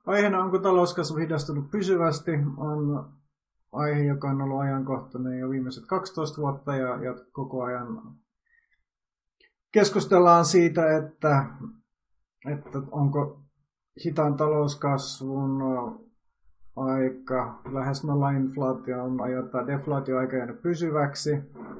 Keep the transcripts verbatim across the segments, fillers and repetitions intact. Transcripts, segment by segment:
Aiheena onko talouskasvu hidastunut pysyvästi, on aihe, joka on ollut ajankohtainen jo viimeiset kaksitoista vuotta ja, ja koko ajan keskustellaan siitä, että, että onko hitaan talouskasvun aika, lähes nolla inflaation ajoittaa deflaatioaika jäänyt pysyväksi.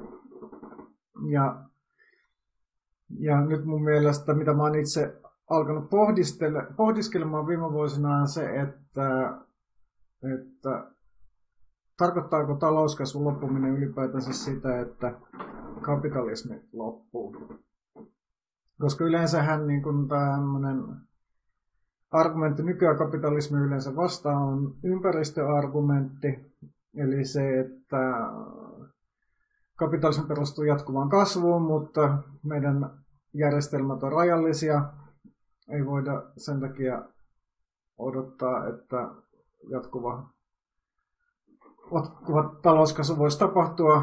Ja, ja nyt mun mielestä, mitä mä oon itse alkanut pohdiskelemaan viime vuosina, on se, että, että tarkoittaako talouskasvun loppuminen ylipäätänsä sitä, että kapitalismi loppuu. Koska yleensähän niin kun tämmöinen argumentti nykyään kapitalismi yleensä vastaan on ympäristöargumentti, eli se, että kapitalismi perustuu jatkuvaan kasvuun, mutta meidän järjestelmät on rajallisia. Ei voida sen takia odottaa, että jatkuva, jatkuva talouskasvu voisi tapahtua.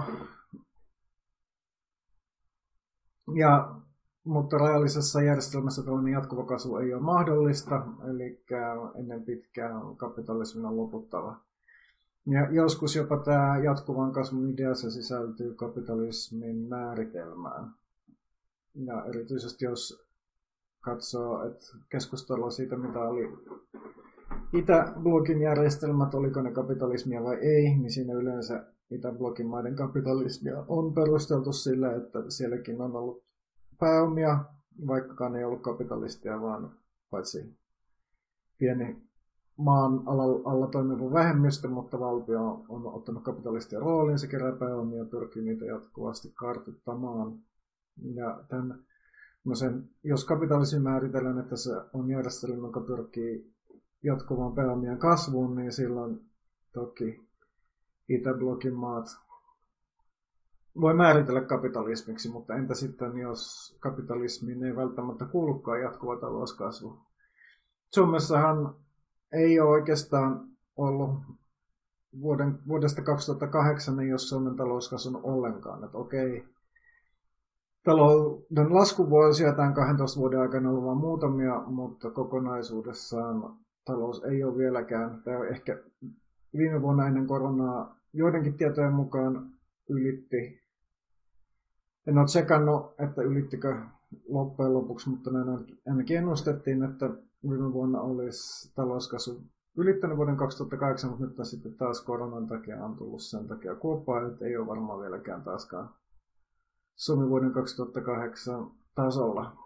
Ja, mutta rajallisessa järjestelmässä tällainen jatkuva kasvu ei ole mahdollista, eli ennen pitkään kapitalismin on loputtava. Ja joskus jopa tämä jatkuvan kasvun idea se sisältyy kapitalismin määritelmään. Ja erityisesti jos katsoo, että keskustelua siitä, mitä oli Itäblokin järjestelmät, oliko ne kapitalismia vai ei, niin siinä yleensä Itäblokin maiden kapitalismia on perusteltu sillä, että sielläkin on ollut pääomia, vaikkakaan ei ollut kapitalistia, vaan paitsi pieni maan alla, alla toimiva vähemmistö, mutta valtio on ottanut kapitalistia rooliin, se kerää pääomia ja pyrkii niitä jatkuvasti kartuttamaan. Ja tämän, no sen, jos kapitalismi määritellään, että se on järjestelmä, joka pyrkii jatkuvaan pääomien kasvuun, niin silloin toki Itäblokin maat voi määritellä kapitalismiksi, mutta entä sitten, jos kapitalismiin ei välttämättä kuulukaan jatkuva talouskasvu? Suomessahan ei ole oikeastaan ollut vuoden, vuodesta kaksituhattakahdeksan, ei ole Suomen talouskasvun ollenkaan. Että okei, talouden laskuvuosia tämän kahdentoista vuoden aikana on ollut vain muutamia, mutta kokonaisuudessaan talous ei ole vieläkään. Tämä on ehkä viime vuonna ennen koronaa joidenkin tietojen mukaan ylitti. En ole tsekannut, että ylittikö loppujen lopuksi, mutta ainakin ennustettiin, että viime vuonna olisi talouskasvu ylittänyt vuoden kaksituhattakahdeksan, mutta nyt sitten taas koronan takia on tullut sen takia kuoppaa, että ei ole varmaan vieläkään taaskaan Suomi vuoden kaksituhattakahdeksan tasolla.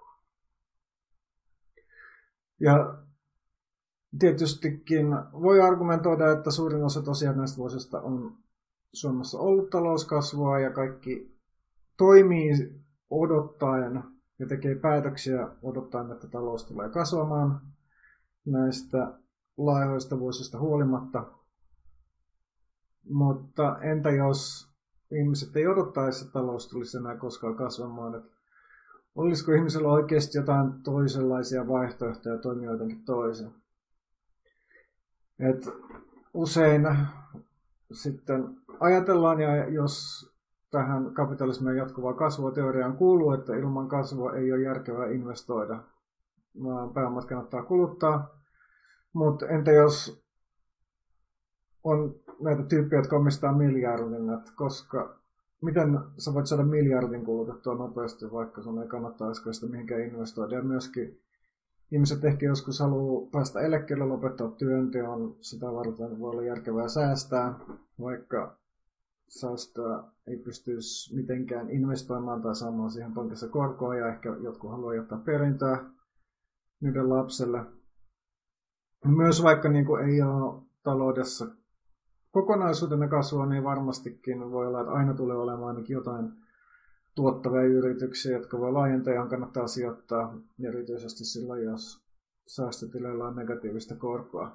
Ja tietystikin voi argumentoida, että suurin osa tosiaan näistä vuosista on Suomessa ollut talouskasvua ja kaikki toimii odottaen ja tekee päätöksiä odottaen, että talous tulee kasvamaan näistä laajoista vuosista huolimatta. Mutta entä jos ihmiset ei odottaisi, että talous tulisi enää koskaan kasvamaan? Että olisiko ihmisellä oikeasti jotain toisenlaisia vaihtoehtoja toimia jotenkin toisin? Et usein sitten ajatellaan, ja jos tähän kapitalismin jatkuvaa kasvua teoriaan kuuluu, että ilman kasvua ei ole järkevää investoida, vaan pääomat kannattaa kuluttaa. Mutta entä jos on näitä tyyppejä, jotka omistaa miljardin, että koska, miten sä voit saada miljardin kulutettua nopeasti, vaikka sun ei kannattaisiko sitä mihinkään investoida. Ja myöskin ihmiset ehkä joskus haluaa päästä eläkkeelle, lopettaa työnteon, sitä varten voi olla järkevää säästää, vaikka säästöä ei pystyisi mitenkään investoimaan tai saamaan siihen pankissa korkoa, ja ehkä jotkut haluaa jättää perintöä niiden lapselle. Myös vaikka niin kuin ei ole taloudessa kokonaisuutena kasvua, niin varmastikin voi olla, että aina tulee olemaan ainakin jotain tuottavia yrityksiä, jotka voi laajentaa, johon kannattaa sijoittaa, erityisesti silloin, jos säästötileillä on negatiivista korkoa.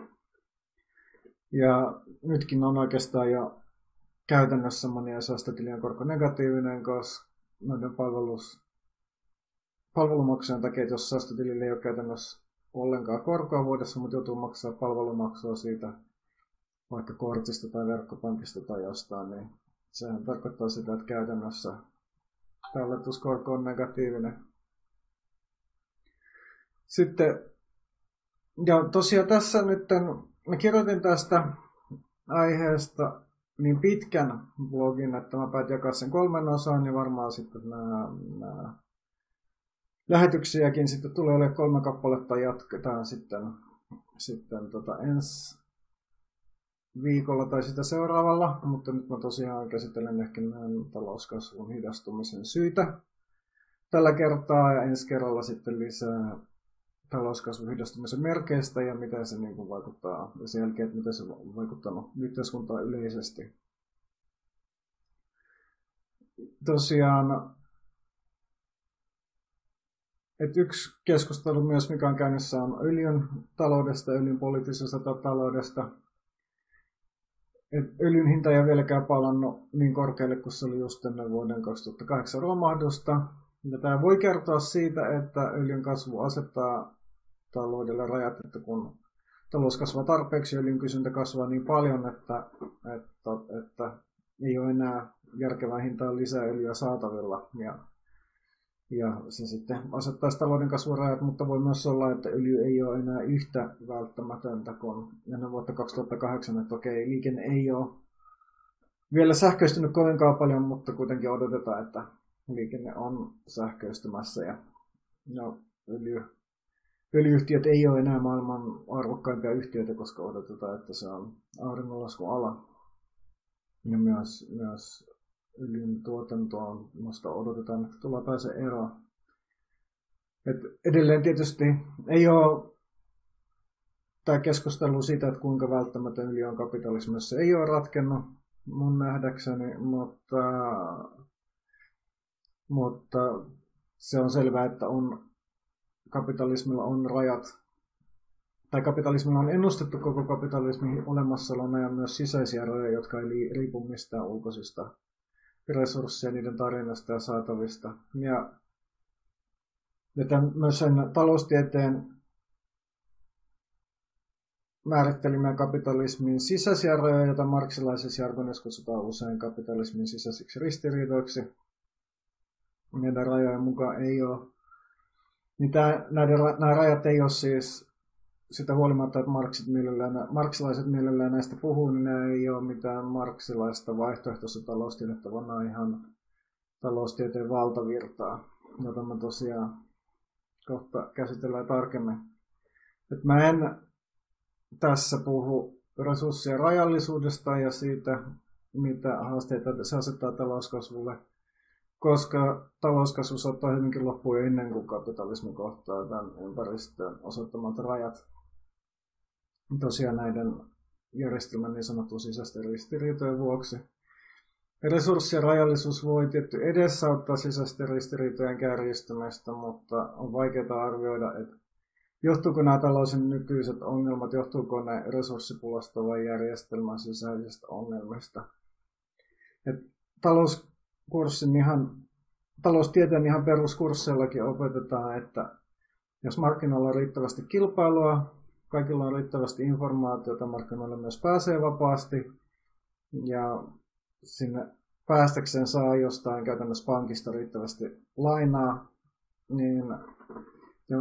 Ja nytkin on oikeastaan jo käytännössä monia säästötilien korko negatiivinen, koska noiden palvelus, palvelumaksujen takia, että jos säästötilille ei ole käytännössä ollenkaan korkoa vuodessa, mutta joutuu maksaa palvelumaksua siitä vaikka kortista tai verkkopankista tai jostain, niin sehän tarkoittaa sitä, että käytännössä talletuskorko on negatiivinen. Sitten Ja tosiaan tässä nyt, mä kirjoitin tästä aiheesta niin pitkän blogin, että mä päätin jakaa sen kolmen osaan, ja varmaan sitten nämä, nämä lähetyksiäkin sitten tulee olemaan kolme kappaletta, jatketaan sitten, sitten tota ensi viikolla tai sitä seuraavalla, mutta nyt mä tosiaan käsittelen ehkä näin talouskasvun hidastumisen syitä tällä kertaa, ja ensi kerralla sitten lisää talouskasvun hidastumisen merkeistä ja miten se niin kuin vaikuttaa, ja sen jälkeen, että miten se on vaikuttanut yhteiskuntaan yleisesti. Tosiaan, että yksi keskustelu myös, mikä on käynnissä, on öljyn taloudesta, öljyn poliittisesta taloudesta. Et öljyn hinta ei ole vieläkään palannut niin korkealle kuin se oli just ennen vuoden kaksituhattakahdeksan romahdusta. Ja tämä voi kertoa siitä, että öljyn kasvu asettaa taloudelle rajat, että kun talous kasvaa tarpeeksi, öljyn kysyntä kasvaa niin paljon, että, että, että ei ole enää järkevää hintaa lisää öljyä saatavilla. Ja, ja se sitten asettaisi talouden kasvurajat, mutta voi myös olla, että öljy ei ole enää yhtä välttämätöntä kuin ennen vuotta kaksituhattakahdeksan, että okei, liikenne ei ole vielä sähköistynyt kovinkaan paljon, mutta kuitenkin odotetaan, että liikenne on sähköistymässä ja no, öljy, öljyyhtiöt ei ole enää maailman arvokkaimpia yhtiöitä, koska odotetaan, että se on auringonlaskun ala. Ja myös, myös öljyn tuotantoon odotetaan, että tulla pääsee eroon. Et edelleen tietysti ei ole tämä keskustelu siitä, että kuinka välttämätön öljy on kapitalismissa, ei ole ratkennut mun nähdäkseni, mutta, mutta se on selvää, että on, kapitalismilla on rajat, tai kapitalismilla on ennustettu koko kapitalismin olemassaolona ja myös sisäisiä rajoja, jotka ei riipu mistään ulkoisista resursseja, niiden tarjonnasta ja saatavista. Ja, ja tämän, myös sen taloustieteen määrittelimään kapitalismin sisäisiä rajoja, joita marksilaisessa jargonissa kutsutaan usein kapitalismin sisäisiksi ristiriidoiksi. Näiden rajojen mukaan ei ole. Niin tämä, näiden, nämä rajat ei ole siis sitä huolimatta, että marksit mielellään, marksilaiset mielellään näistä puhuu, niin nämä ei ole mitään marksilaista vaihtoehtoista taloustiedettä, vaan nämä ihan taloustieteen valtavirtaa, jota mä tosiaan kohta käsitellään tarkemmin. Et mä en tässä puhu resurssien rajallisuudesta ja siitä, mitä haasteita se asettaa talouskasvulle, koska talouskasvu saattaa hyvinkin loppua ennen kuin kapitalismi kohtaa tämän ympäristön osoittamat rajat. Tosiaan näiden järjestelmän niin sanotun sisäisten ristiriitojen vuoksi. Resurssien rajallisuus voi tietty edesauttaa sisäisten ristiriitojen kärjistymistä, mutta on vaikeaa arvioida, että johtuuko nämä talousin nykyiset ongelmat, johtuuko ne resurssipulasta vai järjestelmän sisäisistä ongelmista. Et talouskurssin ihan, taloustieteen ihan peruskursseillakin opetetaan, että jos markkinoilla on riittävästi kilpailua, kaikilla on riittävästi informaatiota, markkinoille myös pääsee vapaasti ja sinne päästäkseen saa jostain käytännössä pankista riittävästi lainaa, niin ja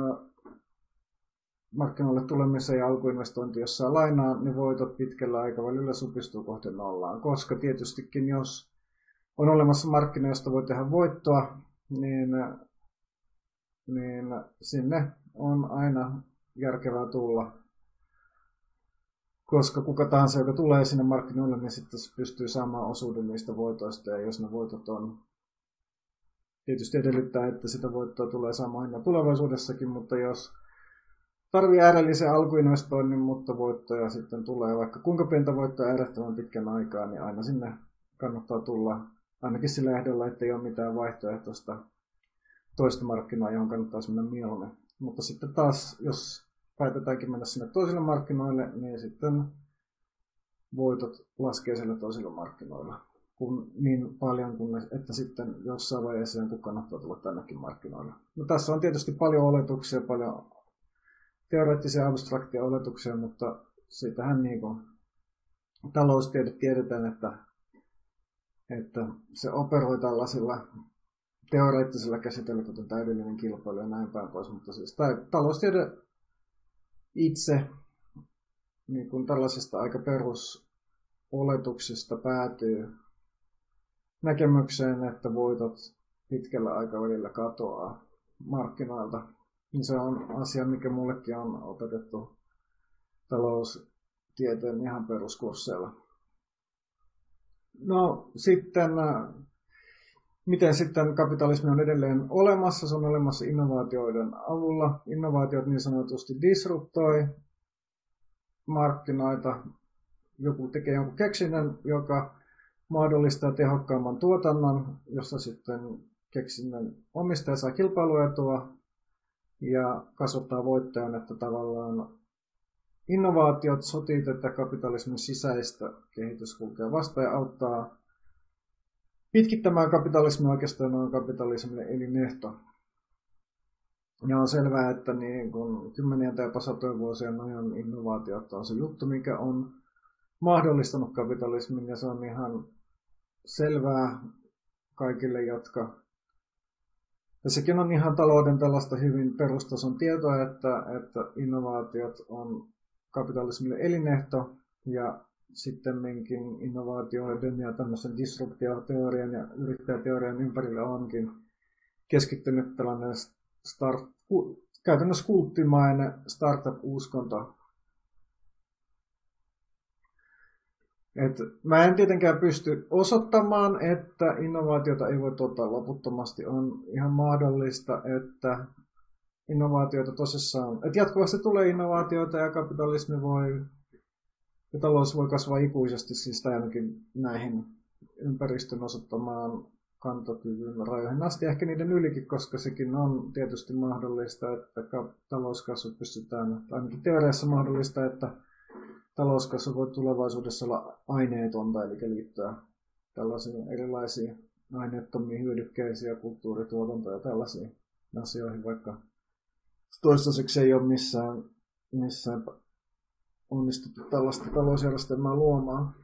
markkinoille tulemisen ja alkuinvestointi, jos saa lainaa, niin voitot pitkällä aikavälillä supistuu kohti nollaan, koska tietystikin jos on olemassa markkina, josta voi tehdä voittoa, niin, niin sinne on aina järkevää tulla. Koska kuka tahansa, joka tulee sinne markkinoille, niin sitten pystyy saamaan osuuden niistä voitoista. Ja jos ne voitot on, tietysti edellyttää, että sitä voittoa tulee saamaan aina tulevaisuudessakin, mutta jos tarvii äärellisen alkuinvestoinnin, mutta voittoja sitten tulee, vaikka kuinka pientä voittoa äärettömän pitkän aikaa, niin aina sinne kannattaa tulla ainakin sillä ehdolla, ettei ole mitään vaihtoehtoista toista markkinaa, johon kannattaisi mennä mieluummin. Mutta sitten taas, jos päätetäänkin mennä sinne toisille markkinoille, niin sitten voitot laskee sille toisille markkinoille kun, niin paljon, kun ne, että sitten jossain vaiheessa jonkun kannattaa tulla tännekin markkinoille. No, tässä on tietysti paljon oletuksia, paljon teoreettisia abstraktia oletuksia, mutta siitähän niin kuin taloustiede tiedetään, että, että se operoi tällaisilla teoreettisilla käsitellä, kuten täydellinen kilpailu ja näin päin pois, mutta siis tämä taloustiede itse niin kuin tällaisista aika perusoletuksista päätyy näkemykseen, että voitot pitkällä aikavälillä katoaa markkinoilta. Niin se on asia, mikä mullekin on opetettu taloustieteen ihan peruskursseilla. No sitten, miten sitten kapitalismi on edelleen olemassa? Se on olemassa innovaatioiden avulla. Innovaatiot niin sanotusti disruptoi markkinoita. Joku tekee jonkun keksinnön, joka mahdollistaa tehokkaamman tuotannon, jossa sitten keksinnön omistaja saa kilpailuetua ja kasvattaa voittajan, että tavallaan innovaatiot sotii tätä kapitalismin sisäistä kehityskulkea vastaan ja auttaa pitkittämään kapitalismia, oikeastaan on kapitalismille elinehto. Ja on selvää, että niin kun kymmenien tai satojen vuosien ajan innovaatiot on se juttu, mikä on mahdollistanut kapitalismin, ja se on ihan selvää kaikille, jotka... Ja sekin on ihan talouden tällaista hyvin perustason tietoa, että, että innovaatiot on kapitalismille elinehto, ja sittemminkin innovaatioiden ja tämmöisen disruptioteorian ja yrittäjäteorian ympärille onkin keskittynyt tällainen start, käytännössä kulttimainen startup-uskonto. Et mä en tietenkään pysty osoittamaan, että innovaatiota ei voi tuottaa loputtomasti. On ihan mahdollista, että innovaatioita tosissaan, että jatkuvasti tulee innovaatioita ja kapitalismi voi ja talous voi kasvaa ikuisesti, siis ainakin näihin ympäristön osoittamaan kantokyvyn rajoihin asti, ehkä niiden ylikin, koska sekin on tietysti mahdollista, että talouskasvu pystytään, tai ainakin teoriassa mahdollista, että talouskasvu voi tulevaisuudessa olla aineetonta, eli liittyä tällaisiin erilaisiin aineettomiin hyödykkeisiin ja kulttuurituotantoja ja tällaisiin asioihin, vaikka toistaiseksi ei ole missään, missään onnistuttu tällaista talousjärjestelmää luomaan.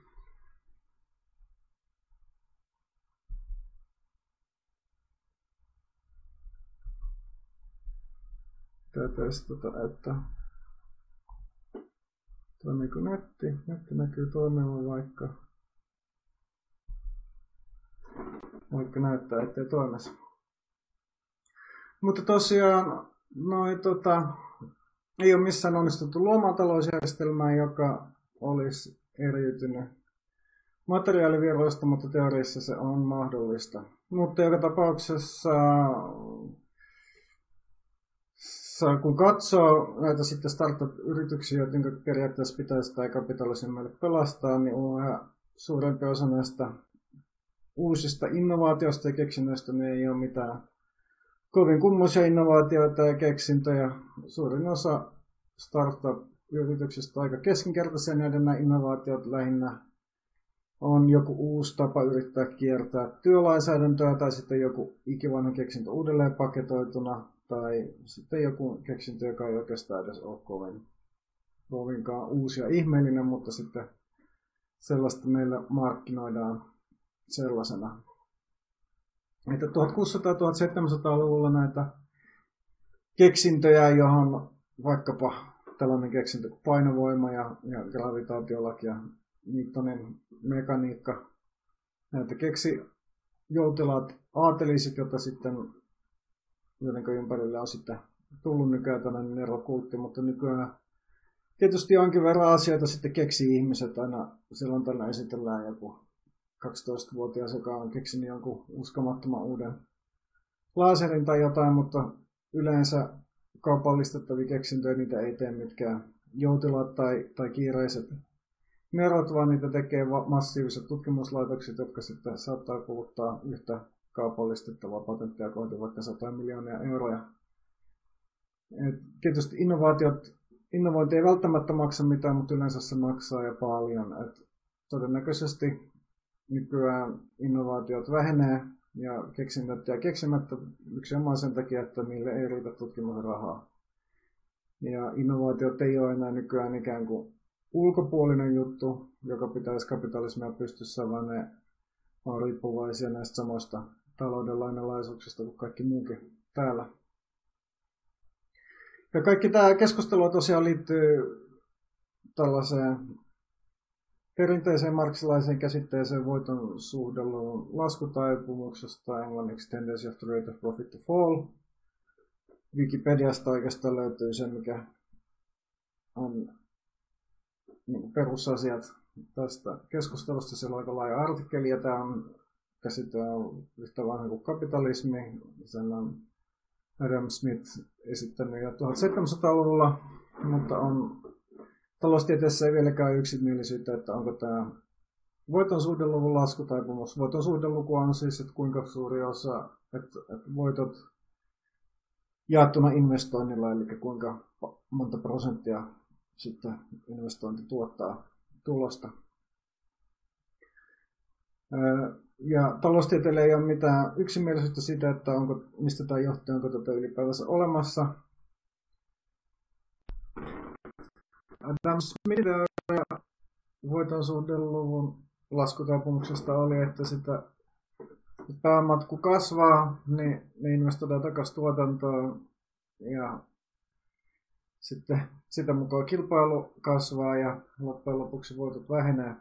Tätä testata, että toimiiko netti? Netti näkyy toimivan, vaikka, vaikka näyttää, ettei toimisi. Mutta tosiaan noi, tota, ei ole missään onnistuttu luomaan talousjärjestelmää, joka olisi eriytynyt materiaalivirroista, mutta teoriassa se on mahdollista. Mutta joka tapauksessa, kun katsoo näitä sitten startup-yrityksiä, joiden periaatteessa pitäisi tai kapitalismin meille pelastaa, niin suurempi osa näistä uusista innovaatioista ja keksinnöistä niin ei ole mitään kovin kummoisia innovaatioita ja keksintöjä. Suurin osa startup-yrityksistä on aika keskinkertaisia, näiden nämä innovaatiot lähinnä on joku uusi tapa yrittää kiertää työlainsäädäntöä tai sitten joku ikivanha keksintö uudelleen paketoituna tai sitten joku keksintö, joka ei oikeastaan edes ole kovin, kovinkaan uusi ja ihmeellinen, mutta sitten sellaista meillä markkinoidaan sellaisena. Että tuhatkuusisataa-tuhatseitsemänsataaluvulla näitä keksintöjä, johon vaikkapa tällainen keksintö kuin painovoima ja, ja gravitaatiolaki ja Newtonin mekaniikka, näitä keksi joutilaat aateliset, joita sitten jotenka ympärillä on sitten tullut nykyään tällainen nerokultti, mutta nykyään tietysti jonkin verran asioita sitten keksii ihmiset. Aina silloin tällä esitellään joku kaksitoistavuotias, joka on keksinyt jonkun uskomattoman uuden laserin tai jotain, mutta yleensä kaupallistettavia keksintöjä niitä ei tee mitkään joutilaat tai, tai kiireiset nerot, vaan niitä tekee massiiviset tutkimuslaitokset, jotka sitten saattaa kuluttaa yhtä kaupallistettavaa patenttia kohti vaikka satoja miljoonia euroja. Et tietysti innovaatiot, innovointi ei välttämättä maksa mitään, mutta yleensä se maksaa ja paljon. Et todennäköisesti nykyään innovaatiot vähenee ja keksinnöt ja keksimättä yksinomaan sen takia, että niille ei riitä tutkimusrahaa. Ja innovaatiot ei ole enää nykyään ikään kuin ulkopuolinen juttu, joka pitäisi kapitalismia pystyssä, vaan ne on riippuvaisia näistä samoista talouden lainalaisuuksista kuin kaikki muukin täällä. Ja kaikki tämä keskustelu tosiaan liittyy tällaiseen perinteiseen marksilaiseen käsitteeseen voiton suhdeluvun laskutaipumuksesta, englanniksi tendency of the rate of profit to fall. Wikipediasta oikeastaan löytyy se, mikä on niin perusasiat tästä keskustelusta. Siellä on aika laaja artikkeli, ja tämä on käsitellään yhtä vanha kuin kapitalismi. Sen on Adam Smith esittänyt jo tuhatseitsemänsataaluvulla, mutta on taloustieteessä ei vieläkään yksimielisyyttä, että onko tämä voiton suhdeluvun laskutaipumus. Voiton suhdeluku on siis, että kuinka suuri osa, että, että voitot jaettuna investoinnilla, eli kuinka monta prosenttia sitten investointi tuottaa tulosta. Ja taloustieteellä ei ole mitään yksimielisyyttä siitä, että onko, mistä tämä johtuu, onko tätä ylipäätänsä olemassa. Adam Smithin teoria voiton suhdeluvun laskutaipumuksesta oli, että sitä pääomat kun kasvaa, niin ne investoidaan takaisin tuotantoon ja sitten sitä mukaan kilpailu kasvaa ja loppujen lopuksi voitot vähenee.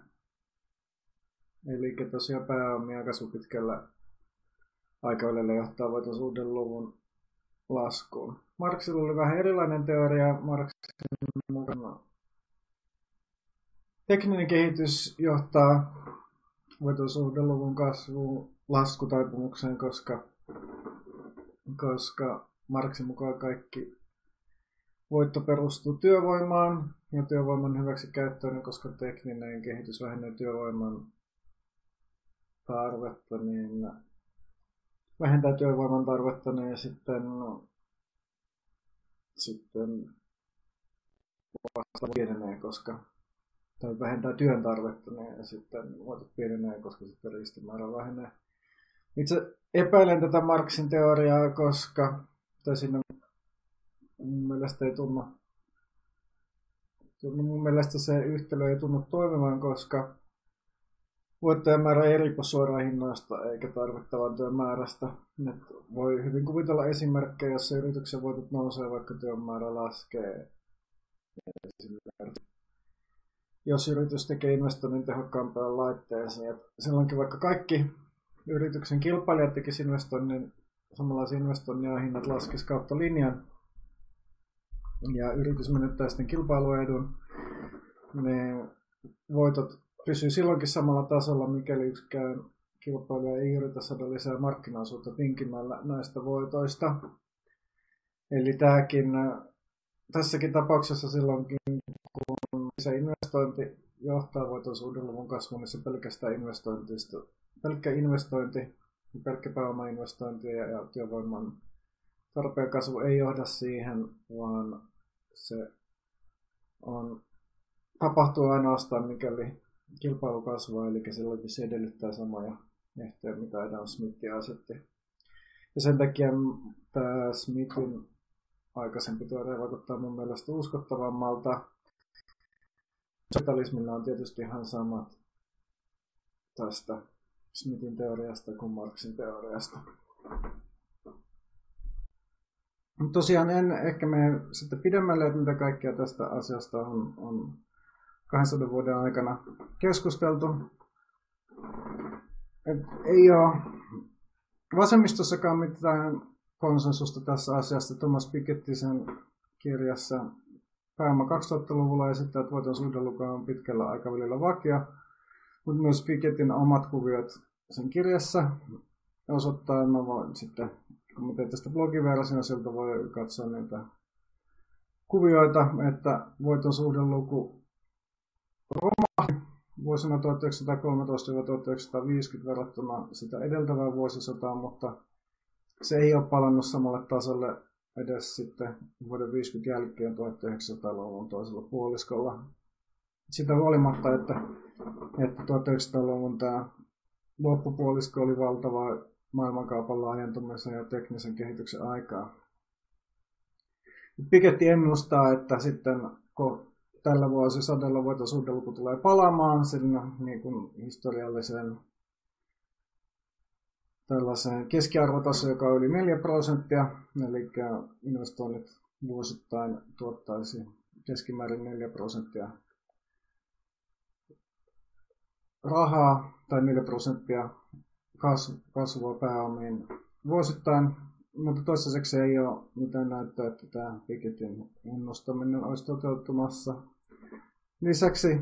Eli tosiaan pääomia kasvupitkällä aikavälillä johtaa voiton suhdeluvun laskuun. Marxilla oli vähän erilainen teoria. Marxin mukana tekninen kehitys johtaa voiton suhdeluvun kasvuun laskutaipumukseen, koska, koska Marxin mukaan kaikki voitto perustuu työvoimaan ja työvoiman hyväksikäyttöön, koska tekninen kehitys vähentää työvoiman tarvetta, niin vähentää työvoiman tarvetta, niin sitten, sitten vasta pienenee, koska tai vähentää työn tarvetta, niin sitten voitot pienenee, koska sitten ristimäärä vähenee. Itse epäilen tätä Marxin teoriaa, koska tai siinä mun mielestä ei tunnu, mun mielestä se yhtälö ei tunnu toimivan, koska voittajan määrä ei riipu suoraan hinnoista eikä tarvittavan työn määrästä. Et voi hyvin kuvitella esimerkkejä, jos yrityksen voitot nousee, vaikka työn määrä laskee. Jos yritys tekee investoinnin tehokkaampaan laitteeseen, että silloinkin vaikka kaikki yrityksen kilpailijat tekisivät investoinnin, samanlaisia investoinnin ja hinnat laskisi kautta linjan, ja yritys menettää sitten kilpailuedun, niin voitot pysyy silloinkin samalla tasolla, mikäli yksikään kilpailija ei yritä saada lisää markkinaosuutta tinkimällä näistä voitoista. Eli tämäkin, tässäkin tapauksessa silloinkin, kun se investointi johtaa voiton suhdeluvun kasvuun, niin se pelkästään investointista, pelkkä investointi, pelkkä pääomainvestointi ja, ja työvoiman tarpeen kasvu ei johda siihen, vaan se on, tapahtuu ainoastaan, mikäli kilpailu kasvaa, eli silloin se edellyttää samoja ehtoja, mitä Adam Smith asetti. Ja sen takia tämä Smithin aikaisempi teoria vaikuttaa mun mielestä uskottavammalta. Kapitalismilla on tietysti ihan samat tästä Smithin teoriasta kuin Marxin teoriasta. Tosiaan en ehkä mene sitten pidemmälle, että mitä kaikkea tästä asiasta on, on kahdensadan vuoden aikana keskusteltu. Et ei ole vasemmistossakaan mitään konsensusta tässä asiasta. Thomas Piketty sen kirjassa Pääoma kaksituhattaluvulla esittää, että voiton suhdeluku on pitkällä aikavälillä vakio, mutta myös Pikettyn omat kuviot sen kirjassa osoittaa, että mä voin sitten, kun mä teen tästä blogiversion, sieltä voi katsoa niitä kuvioita, että voiton suhdeluku romahti vuosina tuhatyhdeksänsataakolmetoista tuhatyhdeksänsataaviisikymmentä verrattuna sitä edeltävään vuosisataan, mutta se ei ole palannut samalle tasolle edes sitten vuoden viisikymmentä jälkeen tuhatyhdeksänsataaluvun toisella puoliskolla. Sitä huolimatta, että, että tuhatyhdeksänsataaluvun tämä loppupuolisko oli valtava maailmankaupan laajentumisen ja teknisen kehityksen aikaa. Piketty ennustaa, että sitten kun tällä vuosisadalla voiton suhdeluku tulee palaamaan sinne niin kuin historialliseen tällaiseen keskiarvotasoon, joka on yli neljä prosenttia, eli investoinnit vuosittain tuottaisi keskimäärin neljä prosenttia rahaa tai neljä prosenttia kasvua pääomiin vuosittain, mutta toistaiseksi ei ole mitään näyttöä, että tämä Pikettin ennustaminen olisi toteutumassa. Lisäksi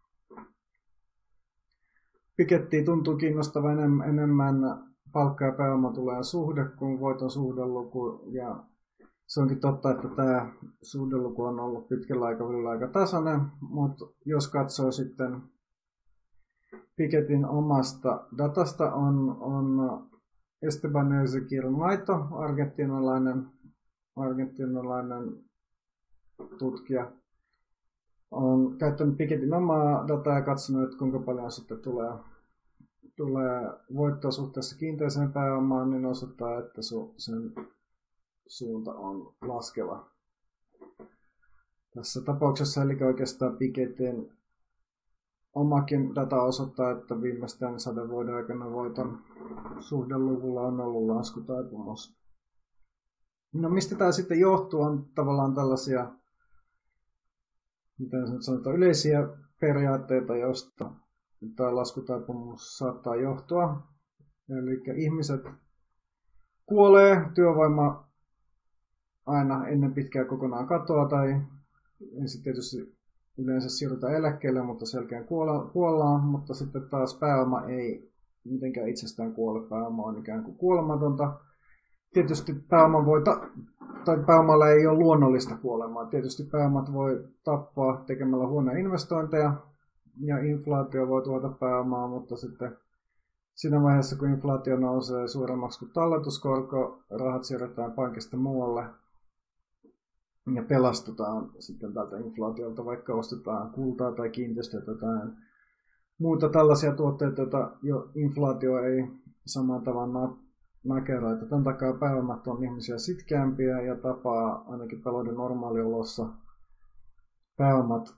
Pikettiä tuntuu kiinnostavan enemmän palkka- ja pääomatulojen suhde kuin voiton suhdeluku, ja se onkin totta, että tämä suhdeluku on ollut pitkällä aikavälillä aika tasainen, mutta jos katsoo sitten Pikettin omasta datasta, on, on Esteban Ezequiel Maito, argentinalainen, argentinalainen tutkija, on käyttänyt Pikettin omaa dataa ja katsonut, että kuinka paljon sitten tulee, tulee voittoa suhteessa kiinteiseen pääomaan, niin osoittaa, että su, sen suunta on laskeva. Tässä tapauksessa eli oikeastaan Pikettin omakin data osoittaa, että viimeisten sadan vuoden aikana voiton suhdeluvulla on ollut laskutaipumus. No mistä tämä sitten johtuu, on tavallaan tällaisia, miten se nyt sanotaan, yleisiä periaatteita, joista tämä laskutaipumus saattaa johtua. Eli ihmiset kuolee, työvoima aina ennen pitkää kokonaan katoaa, tai ensin tietysti yleensä siirrytään eläkkeelle, mutta selkeän kuollaan, mutta sitten taas pääoma ei mitenkään itsestään kuole, pääoma on ikään kuin kuolematonta. Tietysti pääoma voi ta- tai pääomalla ei ole luonnollista kuolemaa. Tietysti pääomat voi tappaa tekemällä huonoja investointeja, ja inflaatio voi tuota pääomaa, mutta sitten siinä vaiheessa, kun inflaatio nousee suuremmaksi kuin talletuskorko, rahat siirretään pankista muualle ja pelastutaan sitten tältä inflaatiolta, vaikka ostetaan kultaa tai kiinteistöä tai muuta tällaisia tuotteita, joita jo inflaatio ei saman tavalla nakera. Tämän takia pääomat on ihmisiä sitkeämpiä ja tapaa ainakin talouden normaaliolossa pääomat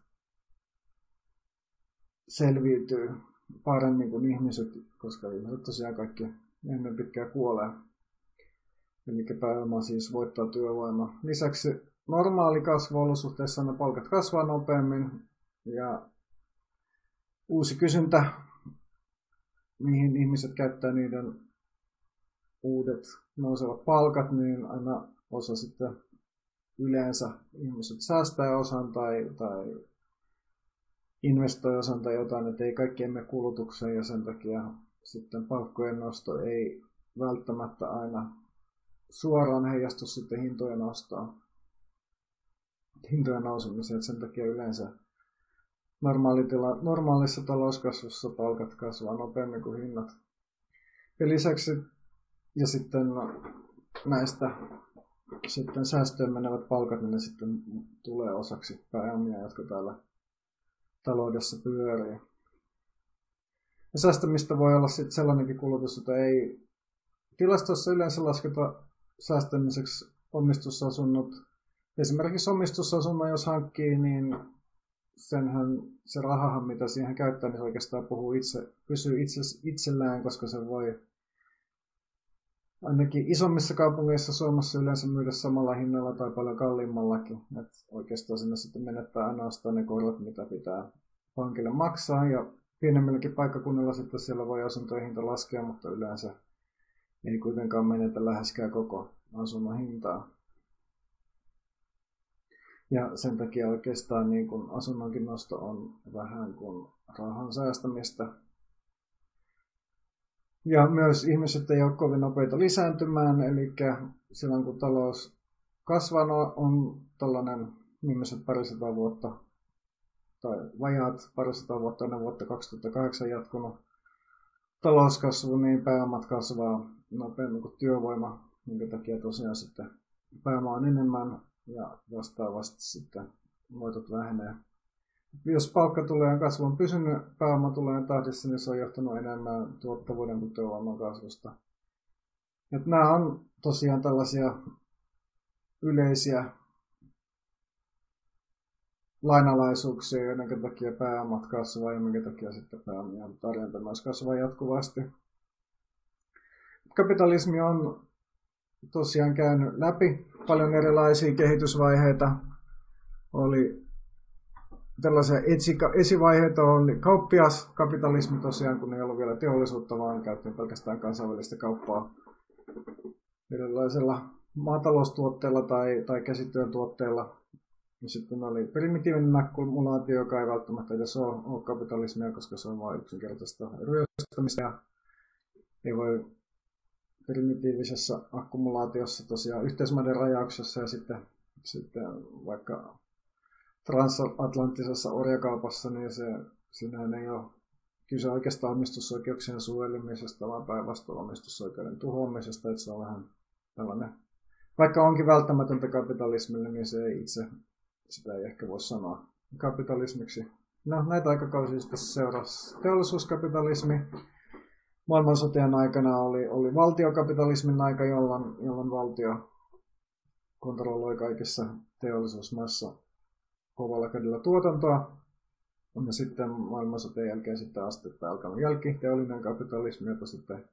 selviytyy paremmin kuin ihmiset, koska ihmiset tosiaan kaikki ennen pitkään kuolee. Eli pääoma siis voittaa työvoimaa. Lisäksi normaali kasvuolosuhteissa ne palkat kasvaa nopeammin ja uusi kysyntä, mihin ihmiset käyttää niiden uudet nousevat palkat, niin aina osa sitten yleensä ihmiset säästää osan tai, tai investoi osan tai jotain, että ei kaikki emme kulutukseen, ja sen takia sitten palkkojen nosto ei välttämättä aina suoraan heijastu sitten hintojen nostoon, hintojen nousemiseen, että sen takia yleensä normaalitila, normaalissa talouskasvussa palkat kasvaa nopeammin kuin hinnat. Ja lisäksi ja sitten näistä sitten säästöön menevät palkat, niin ne sitten tulee osaksi pääomia, jotka täällä taloudessa pyörii. Ja säästämistä voi olla sitten sellainenkin kulutus, että ei tilastossa yleensä lasketa säästämiseksi omistusasunnot. Esimerkiksi omistusasunnon jos hankkii, niin senhän, se rahahan mitä siihen käyttää, niin se oikeastaan puhuu itse, pysyy itse, itsellään, koska se voi ainakin isommissa kaupungeissa Suomessa yleensä myydä samalla hinnalla tai paljon kalliimmallakin. Et oikeastaan sinne sitten menettää ainoastaan ne korot, mitä pitää pankille maksaa. Ja pienemmilläkin paikkakunnilla sitten siellä voi asuntojen hinta laskea, mutta yleensä ei kuitenkaan menetä läheskään koko asunnon hintaa. Ja sen takia oikeastaan niin kun asunnonkin nosto on vähän kuin rahan säästämistä. Ja myös ihmiset ei ole kovin nopeita lisääntymään, eli silloin kun talous kasvaa, on tällainen viimeiset parisataa vuotta, tai vajaat parisataa vuotta ennen vuotta kaksituhattakahdeksan jatkunut talouskasvu, niin pääomat kasvaa nopeammin kuin työvoima, minkä takia tosiaan sitten pääoma on enemmän ja vastaavasti sitten voitot vähenee. Jos palkkatulojen kasvu on pysynyt pääomatulojen tahdissa, niin se on johtanut enemmän tuottavuuden kuin työvoiman kasvusta. Et nämä on tosiaan tällaisia yleisiä lainalaisuuksia, joiden takia pääomat kasvaa ja minkä takia sitten pääomien tarjonta myös kasvaa jatkuvasti. Kapitalismi on tosiaan käynyt läpi paljon erilaisia kehitysvaiheita. Oli tällaisia esivaiheita, oli kauppiaskapitalismi tosiaan, kun ei ollut vielä teollisuutta, vaan käytiin pelkästään kansainvälistä kauppaa erilaisilla maataloustuotteilla tai, tai käsityön tuotteilla. Ja sitten oli primitiivinen akkumulaatio, joka ei välttämättä edes ole, ole kapitalismia, koska se on vain yksinkertaista ryöstämistä. Ja ei voi primitiivisessä akkumulaatiossa tosiaan yhteismaiden rajauksessa ja sitten, sitten vaikka transatlanttisessa orjakaupassa, niin se, siinähän ei ole kyse oikeastaan omistusoikeuksien suojelemisesta, vaan päinvastoin omistusoikeuden tuhoamisesta, että se on vähän tällainen, vaikka onkin välttämätöntä kapitalismille, niin se ei itse, sitä ei ehkä voi sanoa kapitalismiksi. No, näitä aikakausia sitten seurasi teollisuuskapitalismi. Maailmansotien aikana oli, oli valtiokapitalismin aika, jolloin, jolloin valtio kontrolloi kaikissa teollisuusmaissa kovalla kädellä tuotantoa. Ja sitten maailmansotien jälkeen sitten astetta alkanut jälkiteollinen kapitalismi, jota sitten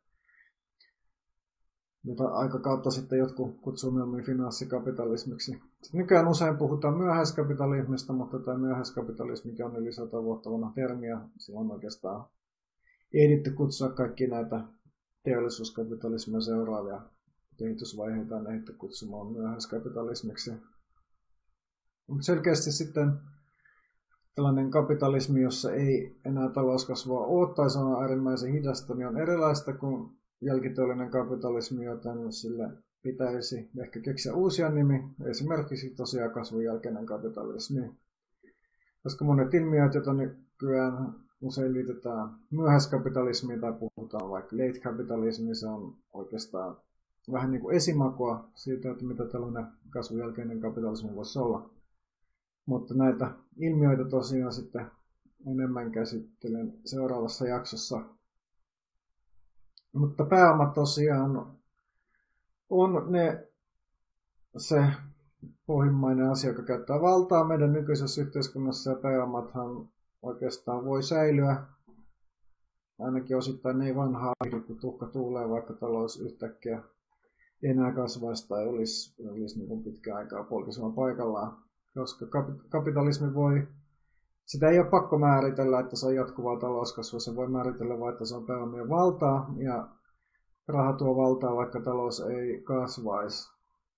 jota aikakautta sitten jotkut kutsuu myöhemmin finanssikapitalismiksi. Sitten nykyään usein puhutaan myöhäiskapitalismista, mutta tämä myöhäiskapitalismikin on yli sata vuotta vanha termi, ja silloin oikeastaan ehditty kutsua kaikki näitä teollisuuskapitalismia seuraavia kehitysvaiheita on ehditty kutsumaan myöhäiskapitalismiksi. Mutta selkeästi sitten tällainen kapitalismi, jossa ei enää talouskasvua ole tai se on äärimmäisen hidasta, niin on erilaista kuin jälkiteollinen kapitalismi, joten sille pitäisi ehkä keksiä uusia nimi, esimerkiksi tosiaan kasvun jälkeinen kapitalismi. Koska monet ilmiöt, joita nykyään usein liitetään myöhäiskapitalismiin tai puhutaan vaikka late kapitalismi, se on oikeastaan vähän niin kuin esimakua siitä, että mitä tällainen kasvun jälkeinen kapitalismi voisi olla. Mutta näitä ilmiöitä tosiaan sitten enemmän käsittelen seuraavassa jaksossa. Mutta pääomat tosiaan on ne, se pohjimmainen asia, joka käyttää valtaa meidän nykyisessä yhteiskunnassa, ja pääomathan oikeastaan voi säilyä. Ainakin osittain ne ei vanhaa aika, kun tuhka tuulee, vaikka talous yhtäkkiä enää kasvaisi tai olisi, olisi niin kuin pitkään aikaa polkisemaan paikallaan. Koska kapitalismi voi, sitä ei ole pakko määritellä, että se on jatkuvaa talouskasvua, se voi määritellä vain, että se on pääomien valtaa, ja raha tuo valtaa, vaikka talous ei kasvaisi.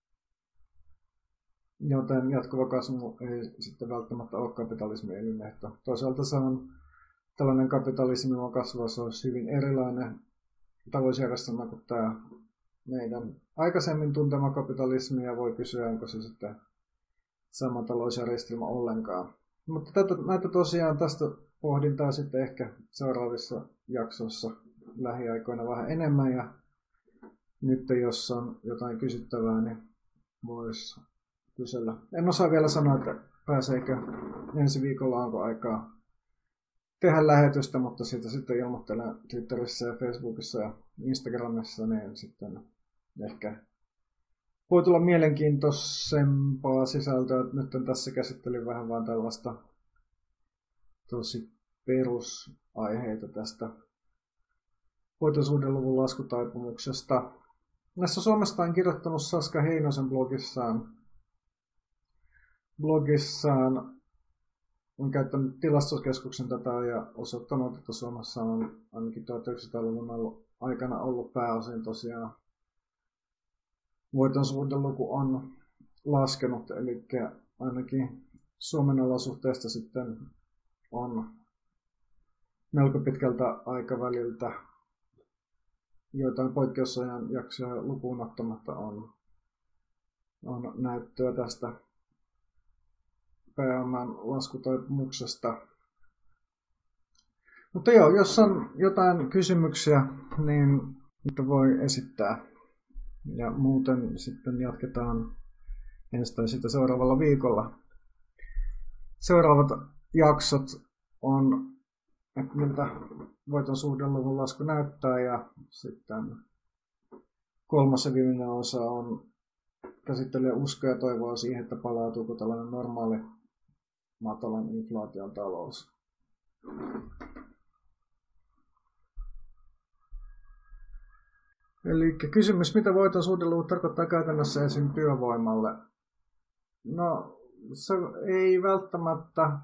Joten jatkuva kasvu ei sitten välttämättä ole kapitalismin elinehto. Toisaalta se on tällainen kapitalismi, joka kasvaa, se olisi hyvin erilainen talousjärjestelmä kuin tämä meidän aikaisemmin tuntema kapitalismi, ja voi kysyä, onko se sitten sama talousjärjestelmä ollenkaan. Mutta tätä, näitä tosiaan tästä pohdintaa sitten ehkä seuraavissa jaksoissa lähiaikoina vähän enemmän, ja nyt jos on jotain kysyttävää, niin voisi kysellä. En osaa vielä sanoa, että pääseekö ensi viikolla, onko aikaa tehdä lähetystä, mutta siitä sitten ilmoittelen Twitterissä ja Facebookissa ja Instagramissa, niin sitten ehkä voi tulla mielenkiintoisempaa sisältöä. Nyt tässä käsittelin vähän vaan tällaista tosi perusaiheita tästä voitosuhdeluvun laskutaipumuksesta. Näissä Suomesta on kirjoittanut Saska Heinosen blogissaan. Blogissaan on käyttänyt tilastokeskuksen tätä ja osoittanut, että Suomessa on ainakin tuhatyhdeksänsataaluvun aikana ollut pääosin tosiaan voiton suhdeluku on laskenut, eli ainakin Suomen olosuhteista sitten on melko pitkältä aikaväliltä joitain poikkeusajan jaksoja lukuun ottamatta on, on näyttöä tästä pääoman laskutaipumuksesta. Mutta joo, jos on jotain kysymyksiä, niin niitä voi esittää. Ja muuten sitten jatketaan ensi tai sitä seuraavalla viikolla. Seuraavat jaksot on, että miltä voiton suhdeluvun lasku näyttää, ja sitten kolmas ja viimeinen osa on käsittelee uskoa ja toivoa siihen, että palautuuko tällainen normaali matalan inflaation talous. Eli kysymys, mitä voiton suhdeluku tarkoittaa käytännössä esim. Työvoimalle? No, se ei välttämättä,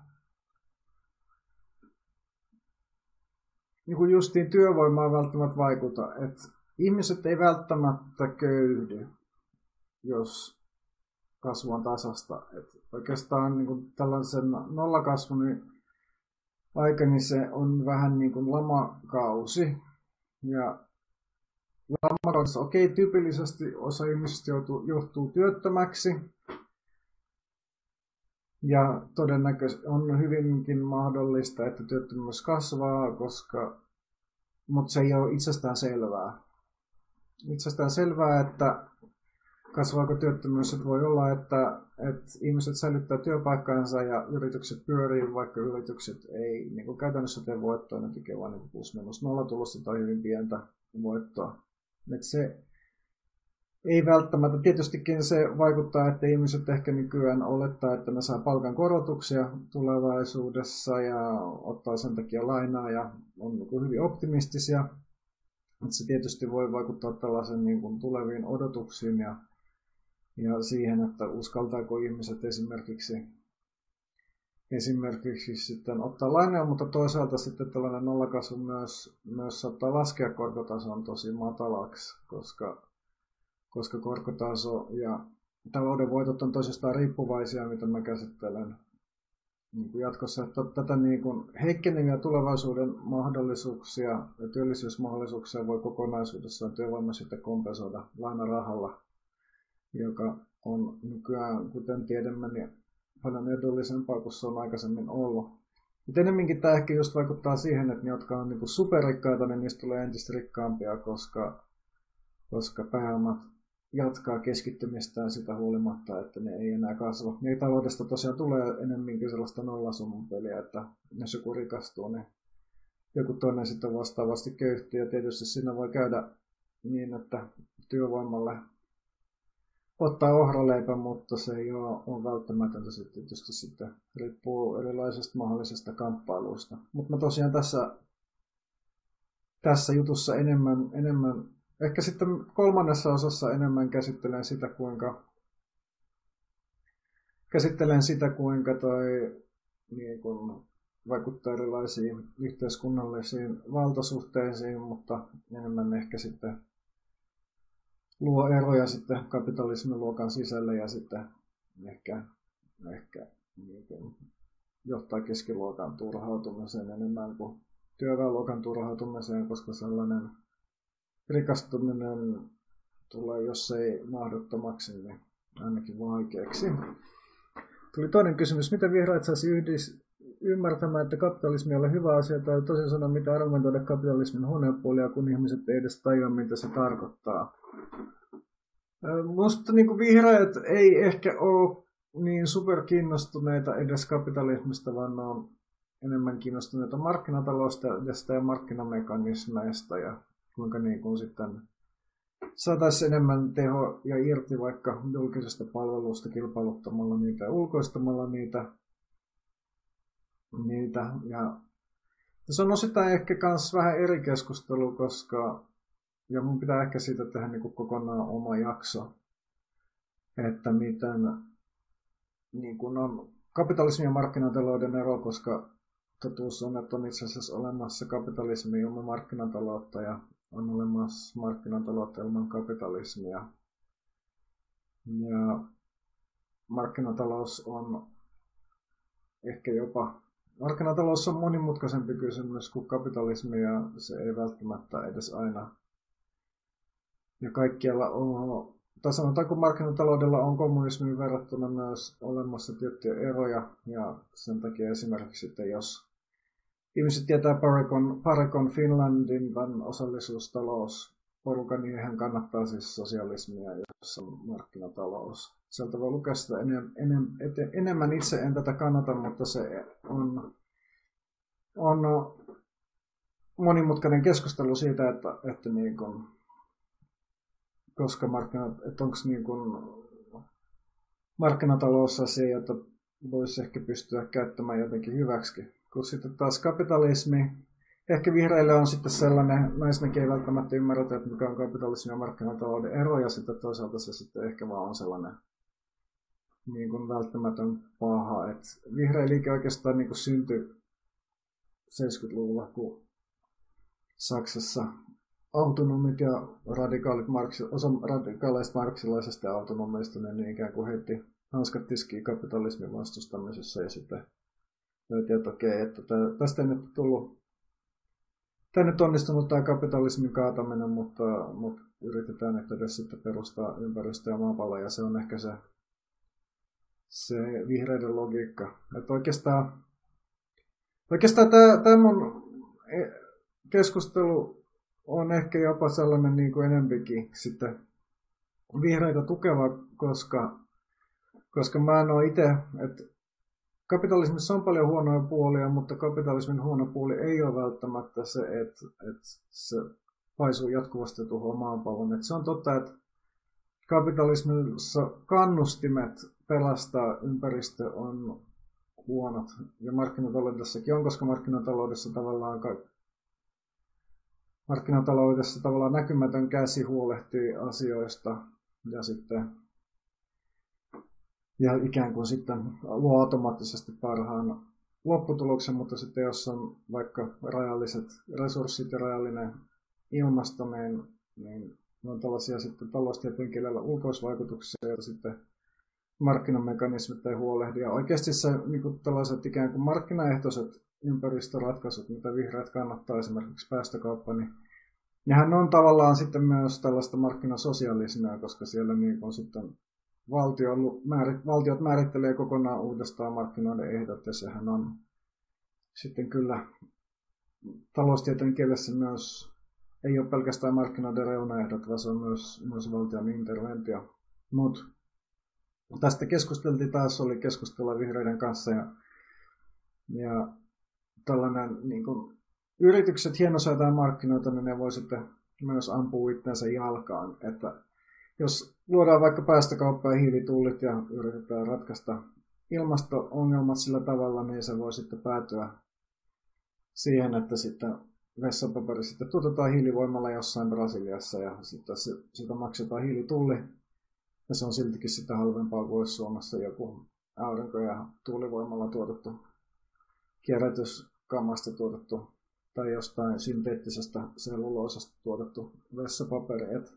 niin kuin justiin työvoimaan välttämättä vaikuta. Että ihmiset ei välttämättä köyhdy, jos kasvu on tasasta. Et oikeastaan niin kuin tällaisen nollakasvun aika, niin se on vähän niin kuin lamakausi. Ja lamakaudessa, okei, okay, tyypillisesti osa ihmisistä joutuu, johtuu työttömäksi. Ja todennäköisesti on hyvinkin mahdollista, että työttömyys kasvaa, koska, mutta se ei ole itsestään selvää. Itsestään selvää, että kasvaako työttömyys, että voi olla, että, että ihmiset säilyttää työpaikkaansa ja yritykset pyörii, vaikka yritykset ei niin kuin käytännössä tee voittoa, ne tekee vain niin plus minus nolla tulosta tai hyvin pientä voittoa. Että se ei välttämättä. Tietystikin se vaikuttaa, että ihmiset ehkä nykyään olettaa, että ne saa palkan korotuksia tulevaisuudessa ja ottaa sen takia lainaa ja on niin kuin hyvin optimistisia. Että se tietysti voi vaikuttaa tällaisen niin kuin tuleviin odotuksiin ja, ja siihen, että uskaltaako ihmiset esimerkiksi, esimerkiksi sitten ottaa lainaa, mutta toisaalta sitten tällainen nollakasvu myös, myös saattaa laskea korkotason tosi matalaksi, koska koska korkotaso ja talouden voitot on toisistaan riippuvaisia, mitä mä käsittelen niin kuin jatkossa. Että tätä niin kuin heikkeneviä tulevaisuuden mahdollisuuksia ja työllisyysmahdollisuuksia voi kokonaisuudessaan työvoima sitten kompensoida lainarahalla, joka on nykyään, kuten tiedämme, niin paljon edullisempaa kuin se on aikaisemmin ollut. Mutta enemmänkin tämä ehkä just vaikuttaa siihen, että ne, jotka on niin kuin superrikkaita, niin niistä tulee entistä rikkaampia, koska, koska pääomat jatkaa keskittymistään sitä huolimatta, että ne ei enää kasva. Niin taloudesta tosiaan tulee enemmänkin sellaista nollasumman peliä, että jos joku rikastuu, niin joku toinen sitten vastaavasti köyhtyy. Ja tietysti siinä voi käydä niin, että työvoimalle ottaa ohraleipä, mutta se ei ole, ole välttämätöntä. Se tietysti sitten riippuu erilaisista mahdollisista kamppailuista. Mutta mä tosiaan tässä, tässä jutussa enemmän, enemmän ehkä sitten kolmannessa osassa enemmän käsittelen sitä, kuinka käsittelen sitä, kuinka toi niin kun vaikuttaa erilaisiin yhteiskunnallisiin valtasuhteisiin, mutta enemmän ehkä sitten luo eroja sitten kapitalismin luokan sisällä ja sitten ehkä, ehkä niin kun johtaa keskiluokan turhautumiseen enemmän kuin työväenluokan turhautumiseen, koska sellainen rikastuminen tulee, jos ei mahdottomaksi, niin ainakin vaikeaksi. Tuli toinen kysymys. Miten vihreät saisi yhdis ymmärtämään, että kapitalismi ei ole hyvä asia, tai tosin sanoa, mitä argumentoida kapitalismin huonopuolia, kun ihmiset ei edes tajua, mitä se tarkoittaa? Musta niin kuin vihreät ei ehkä ole niin superkiinnostuneita edes kapitalismista, vaan ne on enemmän kiinnostuneita markkinataloudesta ja markkinamekanismeista ja kuinka niin kuin sitten saataisiin enemmän teho ja irti vaikka julkisesta palvelusta kilpailuttamalla niitä ja ulkoistamalla niitä. niitä. Ja se on osittain ehkä myös vähän eri keskustelu, koska ja mun pitää ehkä siitä tehdä niin kuin kokonaan oma jakso, että miten niin kuin on kapitalismin ja markkinatalouden ero, koska totuus on, että on itse asiassa olemassa kapitalismi ilman markkinataloutta ja on olemassa markkinataloutta ilman kapitalismia. Ja markkinatalous on ehkä jopa, markkinatalous on monimutkaisempi kysymys kuin kapitalismi ja se ei välttämättä edes aina. Ja kaikkialla on, tai sanotaanko markkinataloudella on kommunismiin verrattuna myös olemassa tiettyjä eroja ja sen takia esimerkiksi, että jos ihmiset tietää Parecon, Parecon Finlandin tämän osallisuustalousporukan, niin hän kannattaa siis sosialismia, jossa on markkinatalous. Sieltä voi lukea sitä enem, enem, ete, enemmän. Itse en tätä kannata, mutta se on, on monimutkainen keskustelu siitä, että, että niin kuin, koska markkinat, että onko niin kuin markkinatalous asia, jota voisi ehkä pystyä käyttämään jotenkin hyväksi. Kun sitten taas kapitalismi, ehkä vihreille on sitten sellainen, naismekin ei välttämättä ymmärretä, että mikä on kapitalismin ja markkinatalouden ero, ja sitten toisaalta se sitten ehkä vaan on sellainen niin kuin välttämätön paha. Et vihreä liike oikeastaan niin kuin syntyi seitsemänkymmentäluvulla, kun Saksassa autonomit ja radikaalit marksi, osa radikaaleista marksilaisista ja autonomeista ne niin ikään kuin heitti hanskat tiskiin kapitalismin vastustamisessa ja sitten löytiin, että okei, että tästä ei nyt tullut, tämä nyt onnistunut tämä kapitalismin kaataminen, mutta, mutta yritetään nyt edes sitten perustaa ympäristöä ja maapalloa ja se on ehkä se, se vihreiden logiikka. Että oikeastaan, oikeastaan tämä, tämä mun keskustelu on ehkä jopa sellainen niin kuin enempikin sitten vihreitä tukeva, koska, koska mä en ole itse, että kapitalismissa on paljon huonoja puolia, mutta kapitalismin huono puoli ei ole välttämättä se, että, että se paisuu jatkuvasti tuhoa maapallon. Että se on totta, että kapitalismissa kannustimet pelastaa ympäristö on huonot, ja markkinataloudessakin on, koska markkinataloudessa tavallaan Markkinataloudessa tavallaan näkymätön käsi huolehtii asioista ja sitten ja ikään kuin sitten luo automaattisesti parhaan lopputuloksen, mutta sitten jos on vaikka rajalliset resurssit ja rajallinen ilmasto, niin, niin on tällaisia sitten taloustieteen kielellä ulkoisvaikutuksia, joita sitten markkinamekanismit ei huolehdi. Ja oikeasti se niin kuin tällaiset ikään kuin markkinaehtoiset ympäristöratkaisut, mitä vihreät kannattaa, esimerkiksi päästökauppa, niin nehän on tavallaan sitten myös tällaista markkinasosialismia, koska siellä niin on sitten valtio, valtiot määrittelee kokonaan uudestaan markkinoiden ehdot, ja sehän on sitten kyllä taloustieteen kielessä myös, ei ole pelkästään markkinoiden reunaehdot, vaan se on myös, myös valtion interventio. Mut tästä keskusteltiin taas, oli keskustella vihreiden kanssa, ja, ja tällainen niin kuin, yritykset hienosäätää markkinoita, niin ne voi sitten myös ampua itsensä jalkaan. Että jos luodaan vaikka päästökauppa ja hiilitullit ja yritetään ratkaista ilmasto-ongelmat sillä tavalla, niin se voi sitten päätyä siihen, että sitten vessapaperi sitten tuotetaan hiilivoimalla jossain Brasiliassa ja sitten sitä maksetaan hiilitulli. Ja se on siltikin sitten halvempaa kuin olisi Suomessa joku aurinko- ja tuulivoimalla tuotettu kierrätyskamasta tuotettu tai jostain synteettisestä selluloosasta tuotettu vessapaperi. Et,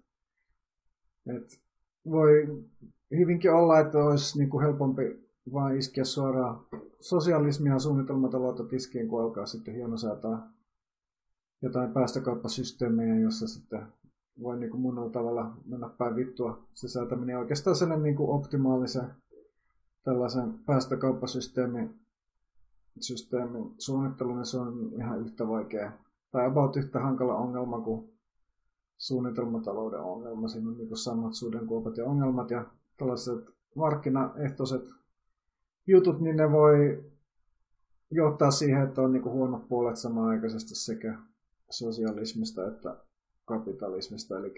et voi hyvinkin olla, että olisi niinku helpompi vain iskeä suoraan sosialismia ja suunnitelmataloutta tiskiin, kun alkaa sitten hienosäätää jotain päästökauppasysteemejä, jossa sitten voi niinku monella tavalla mennä päin vittua. Se säätäminen oikeastaan sellainen niinku optimaalisen tällaisen päästökauppasysteemin systeemin suunnittelu, niin se on ihan yhtä vaikea tai about yhtä hankala ongelma kuin suunnitelmatalouden ongelma. Siinä on niin samat suhdankuopat ja ongelmat ja tällaiset markkinaehtoiset jutut, niin ne voi johtaa siihen, että on niin huonot puolet samanaikaisesti sekä sosialismista että kapitalismista. Eli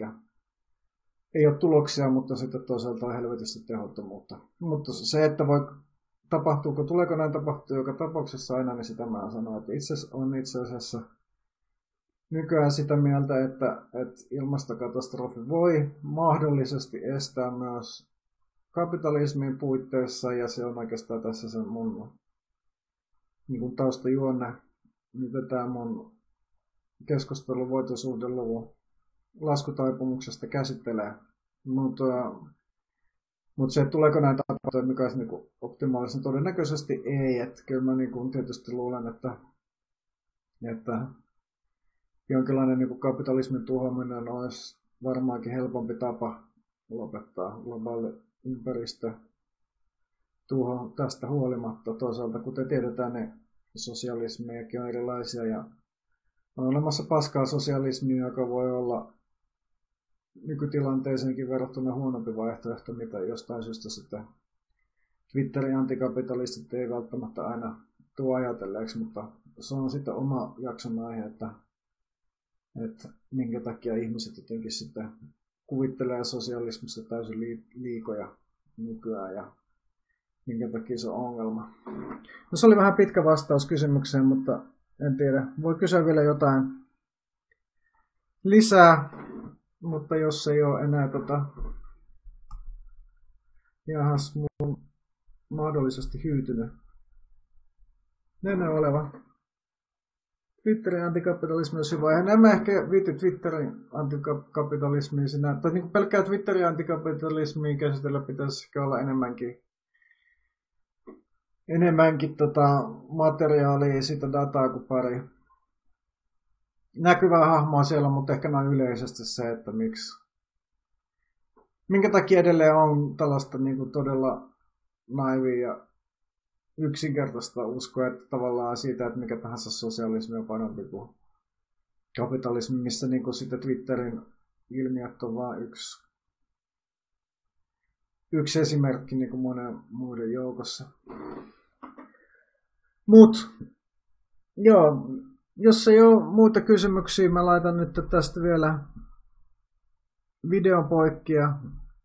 ei ole tuloksia, mutta sitten toisaalta on helvetisti tehottomuutta. Mutta se, että voi tapahtuuko, tuleeko näin tapahtuu joka tapauksessa aina, niin sitä mä sanon, että itse on itse asiassa nykyään sitä mieltä, että, että ilmastokatastrofi voi mahdollisesti estää myös kapitalismin puitteissa, ja se on oikeastaan tässä sen mun niin kuin taustajuonne, mitä tämä mun keskustelu voitosuhdeluvun laskutaipumuksesta käsittelee. Mutta Mutta se, että tuleeko näin tapahtua, mikä olisi niinku optimaalisen todennäköisesti ei. Että kyllä mä niinku tietysti luulen, että, että jonkinlainen niinku kapitalismin tuhoaminen olisi varmaankin helpompi tapa lopettaa globaali ympäristö tuho tästä huolimatta. Toisaalta, kuten tiedetään, niin sosialismejakin on erilaisia ja on olemassa paskaa sosialismia, joka voi olla nykytilanteeseenkin verrattuna huonompi vaihtoehto, mitä jostain syystä sitten Twitterin antikapitalistit ei välttämättä aina tuo ajatelleeksi, mutta se on sitten oma jakson aihe, että, että minkä takia ihmiset jotenkin sitten kuvittelee sosialismissa täysin liikoja nykyään ja minkä takia se on ongelma. No se oli vähän pitkä vastaus kysymykseen, mutta En tiedä. Voi kysyä vielä jotain lisää, mutta jos ei ole enää tota, jahas mun mahdollisesti hyytynyt nenä oleva Twitterin antikapitalismi on hyvä. En mä ehkä viitti Twitterin antikapitalismiin sinä, tai niin pelkkää Twitterin antikapitalismiin käsitellä pitäisi ehkä olla enemmänkin enemmänkin tota materiaalia, sitä dataa kuin pari näkyvää hahmoa siellä, mutta ehkä noin yleisesti se, että miksi, minkä takia edelleen on tällaista niin kuin todella naivia ja yksinkertaista uskoa, että tavallaan siitä, että mikä tahansa sosialismi on parempi kuin kapitalismi, missä niin kuin sitten Twitterin ilmiöt on vain yksi, yksi esimerkki niin kuin monen muiden joukossa. Mut, joo, jos ei ole muita kysymyksiä, mä laitan nyt tästä vielä videon poikki ja